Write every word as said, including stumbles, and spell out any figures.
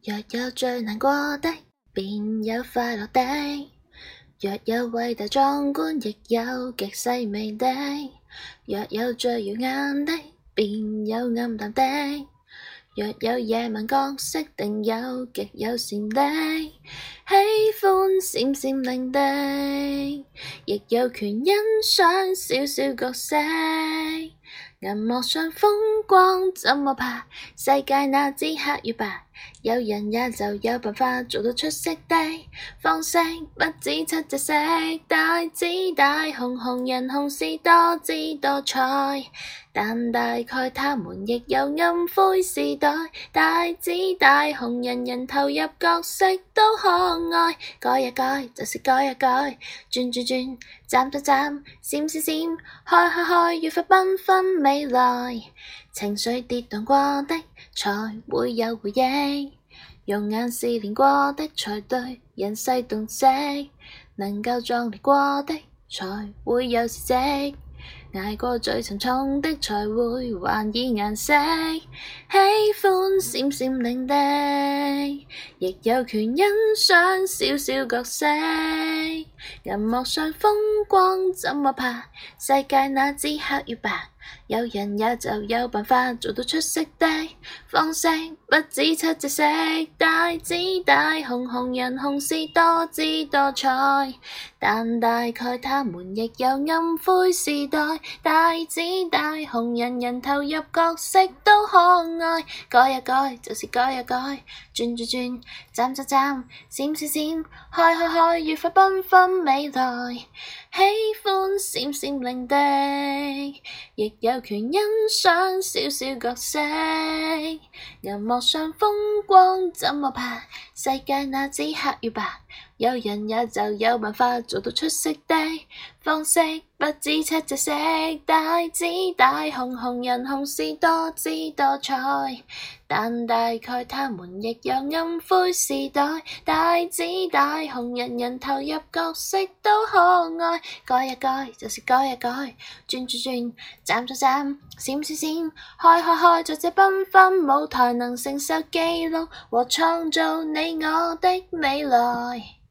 若有最難過的，便有快樂的；若有偉大壯觀，亦有極細微的；若有最耀眼的，便有暗淡的；若有野蠻角色，定有極友善的；喜歡閃閃靈的，亦有權欣賞小小角色。銀幕上風光怎麼拍？世界那只黑與白，有人也就有辦法做到出色的方式，不止七隻色，大紫大紅，紅人紅是多姿多彩，但大概他們亦有暗灰時代。大紫大紅，人人投入角色都可愛，改一改就是改一改，轉轉轉，眨眨眨，閃閃閃，開開開，愉快繽紛未來。情緒跌宕過的，才會有回憶，用眼試煉過的，才對人世洞悉，能夠壯烈過的，才會有事蹟，捱過最沉重的，才會還以顏色。喜歡閃閃靈的，亦有權欣賞小小角色。銀幕上風光怎麼拍？世界那只黑與白，有人也就有辦法做到出色的方式，不止七隻色，大紫大紅，紅人紅是多姿多彩，但大概他們亦有暗灰時代。大紫大紅，人人投入角色都可愛，改一改就是改一改，轉轉轉，眨眨眨，閃閃閃，開開開，愉快繽紛未來。喜歡閃閃靈的，亦有權欣賞小小角色。銀幕上風光怎麼拍？世界那只黑與白，有人也就有辦法做到出色的方式，不止七隻色，大紫大紅，紅人紅是多姿多彩，但大概他們亦有暗灰時代。大紫大紅，人人投入角色都可愛，改一改就是改一改，轉轉轉，眨眨眨，閃閃閃，開開開，在這繽紛舞台能承受記錄和創造你我的未來。